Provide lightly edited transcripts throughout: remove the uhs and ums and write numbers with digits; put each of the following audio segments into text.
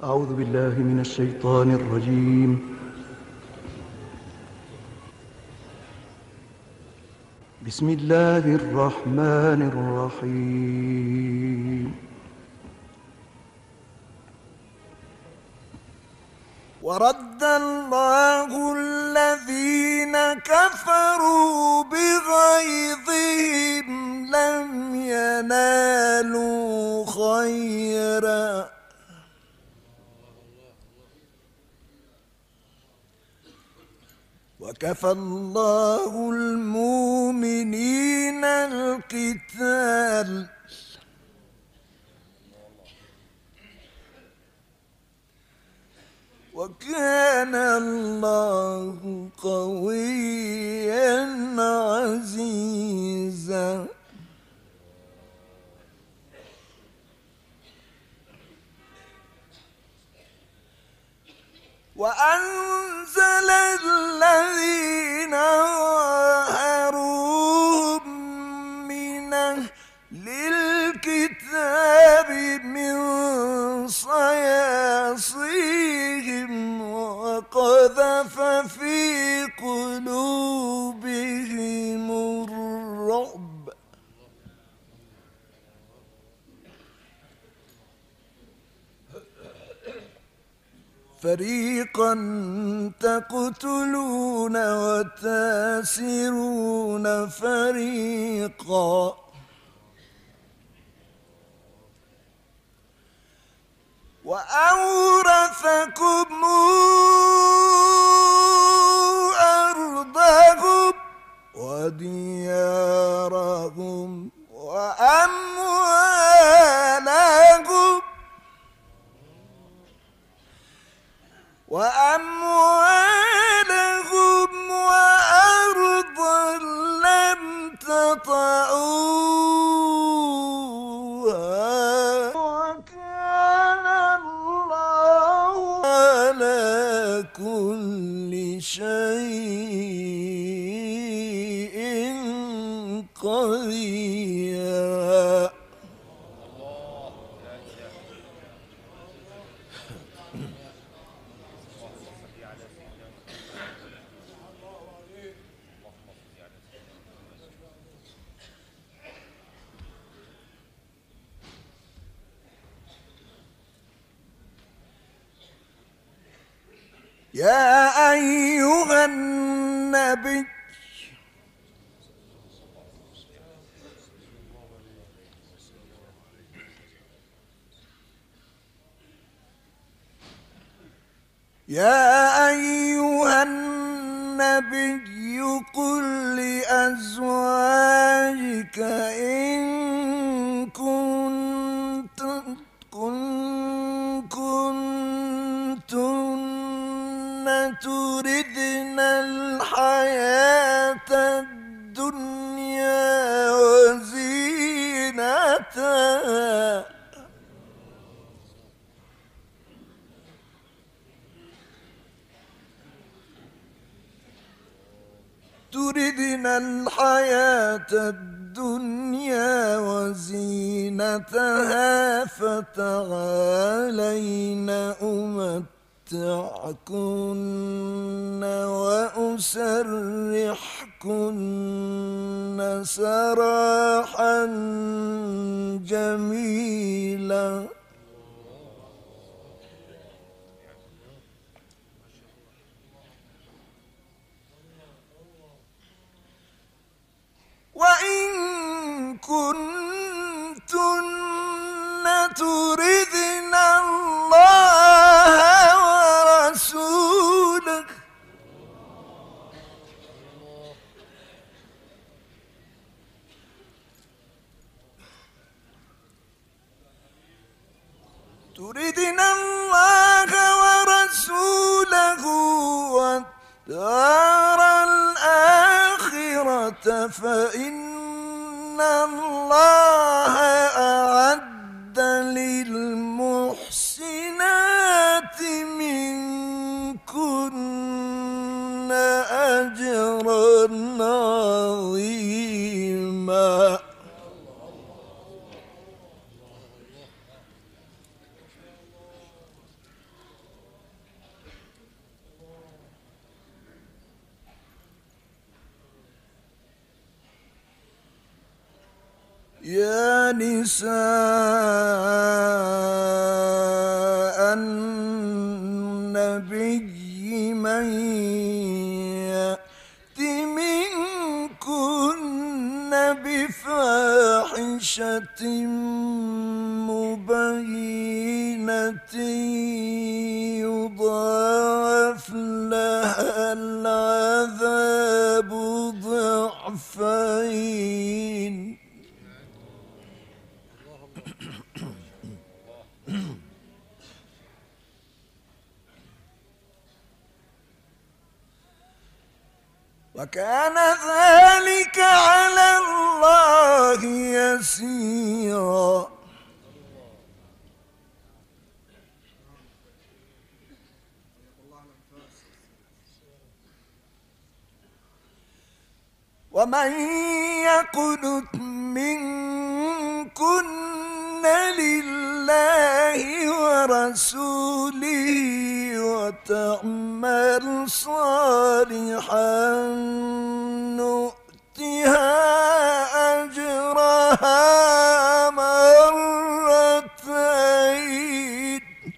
أعوذ بالله من الشيطان الرجيم. بسم الله الرحمن الرحيم. ورد الله الذين كفروا بغيظهم لم ينالوا خيرا وكفى الله المؤمنين القتال وكان الله قويا عزيزا. وأنزل الذين ظاهروهم من أهل الكتاب من صياصيهم وقذف في قلوبهم الرعب فريقا تقتلون وتاسرون فريقا وأورثكم أرضهم وديارهم وأموالهم وأرضا لم تطئوها وكان الله على كل شيء قدير. يا أيها النبي قل لأزواجك إن كنتن تردن الحياة الدنيا وزينتها فتعالين أمتعكن وأسرحكن سراحا جميلا. وإن كنتن تردن الله ورسوله والدار الآخرة فإن الله أعد للمحسنات منكن أجرا عظيما. يا نساء النبي من يأت منكن بفاحشة مبينة يضاعف لها العذاب ضعفين. وكان ذلك على الله يسيرا. ومن يقنت منكن لله ورسوله وتعمل صالحا نؤتها أجرها مرتين.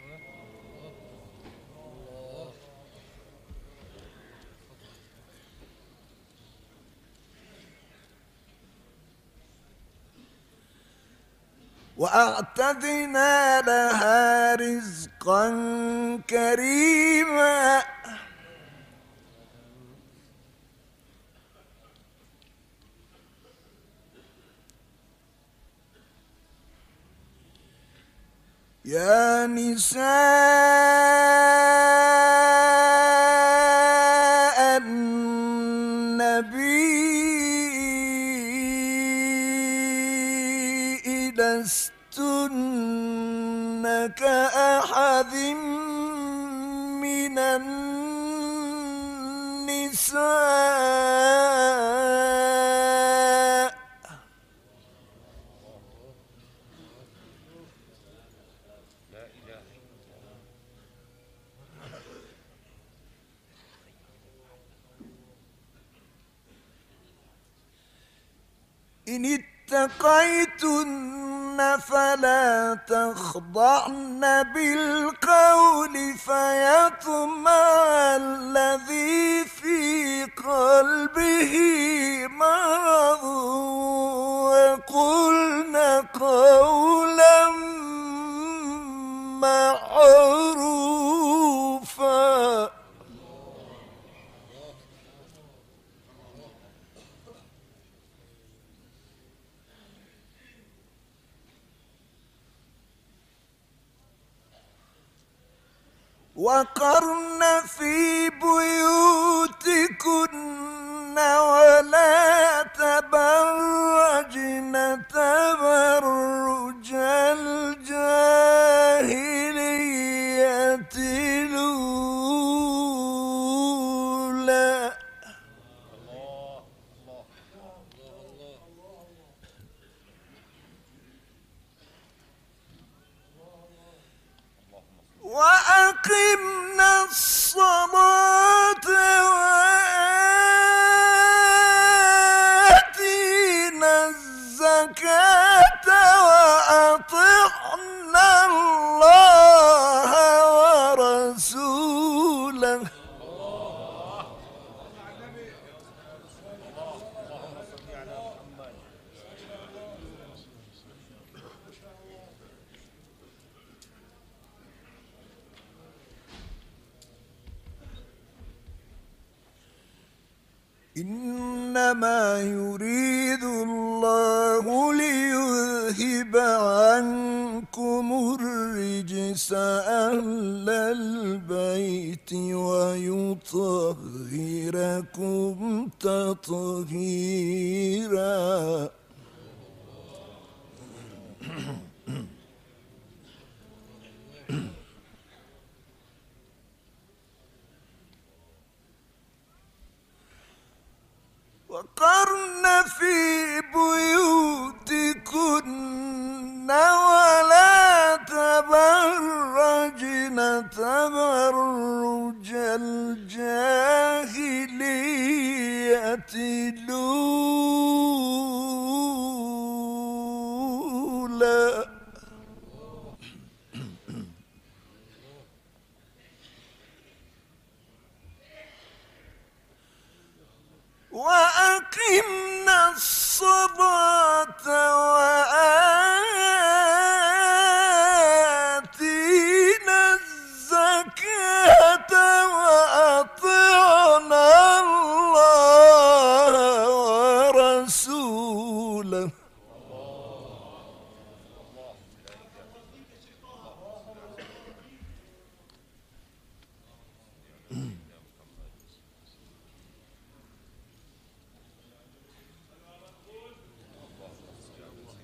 وأعتدنا لها رزقا كريما. يا نساء النبي لستن كأحد من النساء إن اتقيتن فلا تخضعن بالقول فيطمع الذي في قلبه مرض وقلن قولا معروفا. وقرن في بيوتكن ولا تبرجن تبرج الجاهلية الأولى. وأقمنا الصلاة وآتينا الزكاة وأطعنا الله ورسوله. إنما يريد الله ليذهب عنكم الرجس أهل البيت ويطهركم تطهيرا. وقرن في بيوتكن ولا تبرجن تبرج الجاهلية الأولى.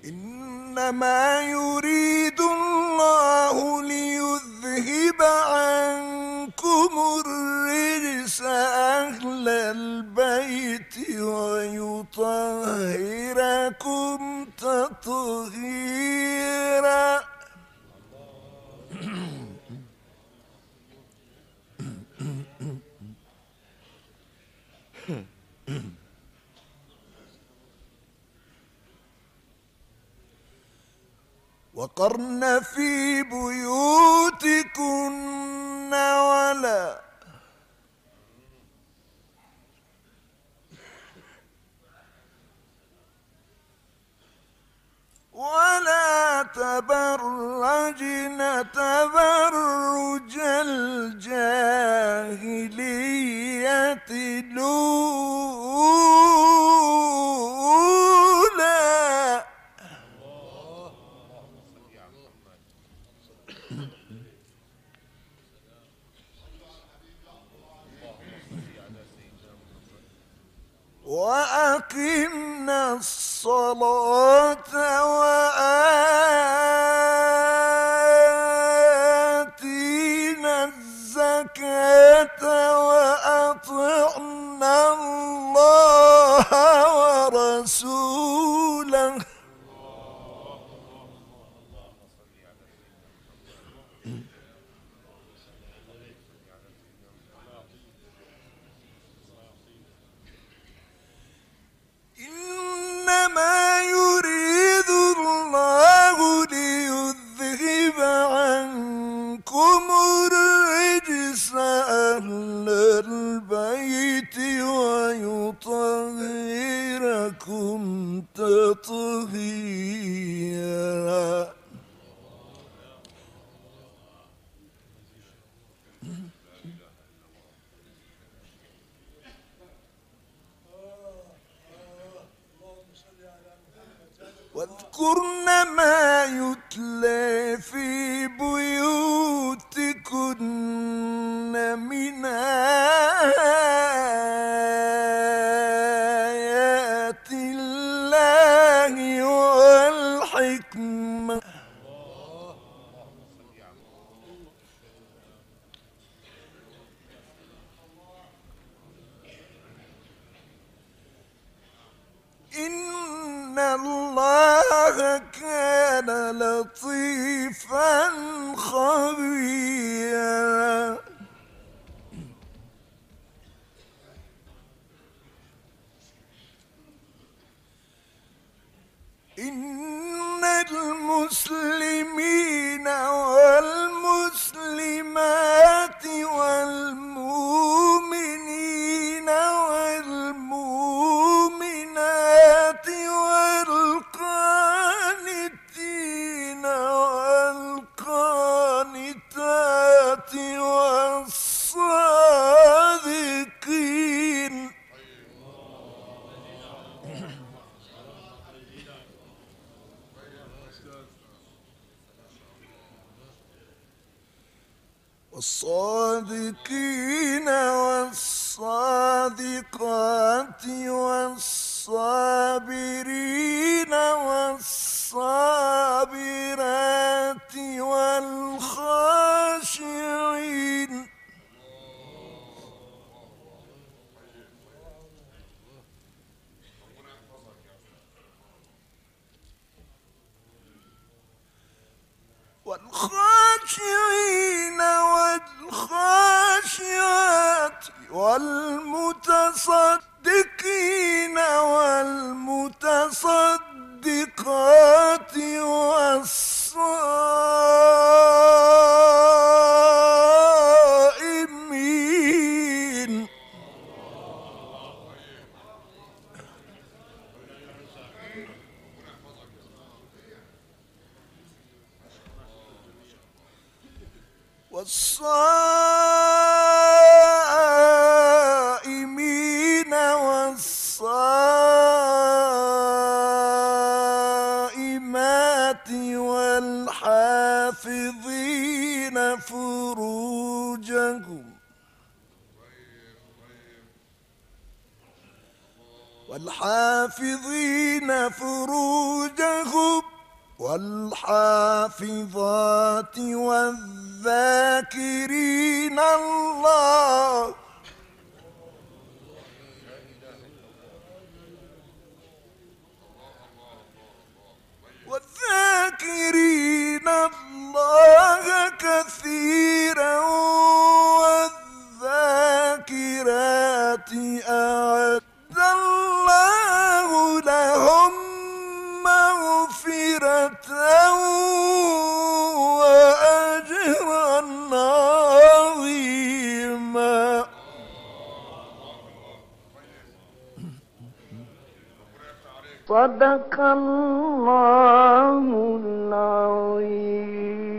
إنما يريد الله ليذهب عنكم الرجس أهل البيت ويطهركم تطهيرا. وقرن في بيوتكن ولا تبرجن تبرج الجاهلية الأولى. وأقمنا الصلاة وآتينا الزكاة وأطعنا الله ورسوله إنما يريد الله ليذهب عنكم الرجس أهل البيت ويطهركم تطهيرا. واذكرن ما يتلى في بيوتكن من آيات الله والحكمة إن الله كان لطيفا خبيرا. إن المسلمين والمسلمات والمؤمنين والمؤمنات والقانتين والقانتات والصادقين والصادقين والصادقات والصابرين والصابرات والخاشعين والخاشعين والخاشعات والمتصدقين والمتصدقات والصائمين والصائمين والصائمات والحافظين فروجهم والحافظين فروجهم والحافظات والذاكرين الله كثيرا والذاكرات أعد الله لهم مغفرة وأجرا عظيما. صدق الله العظيم.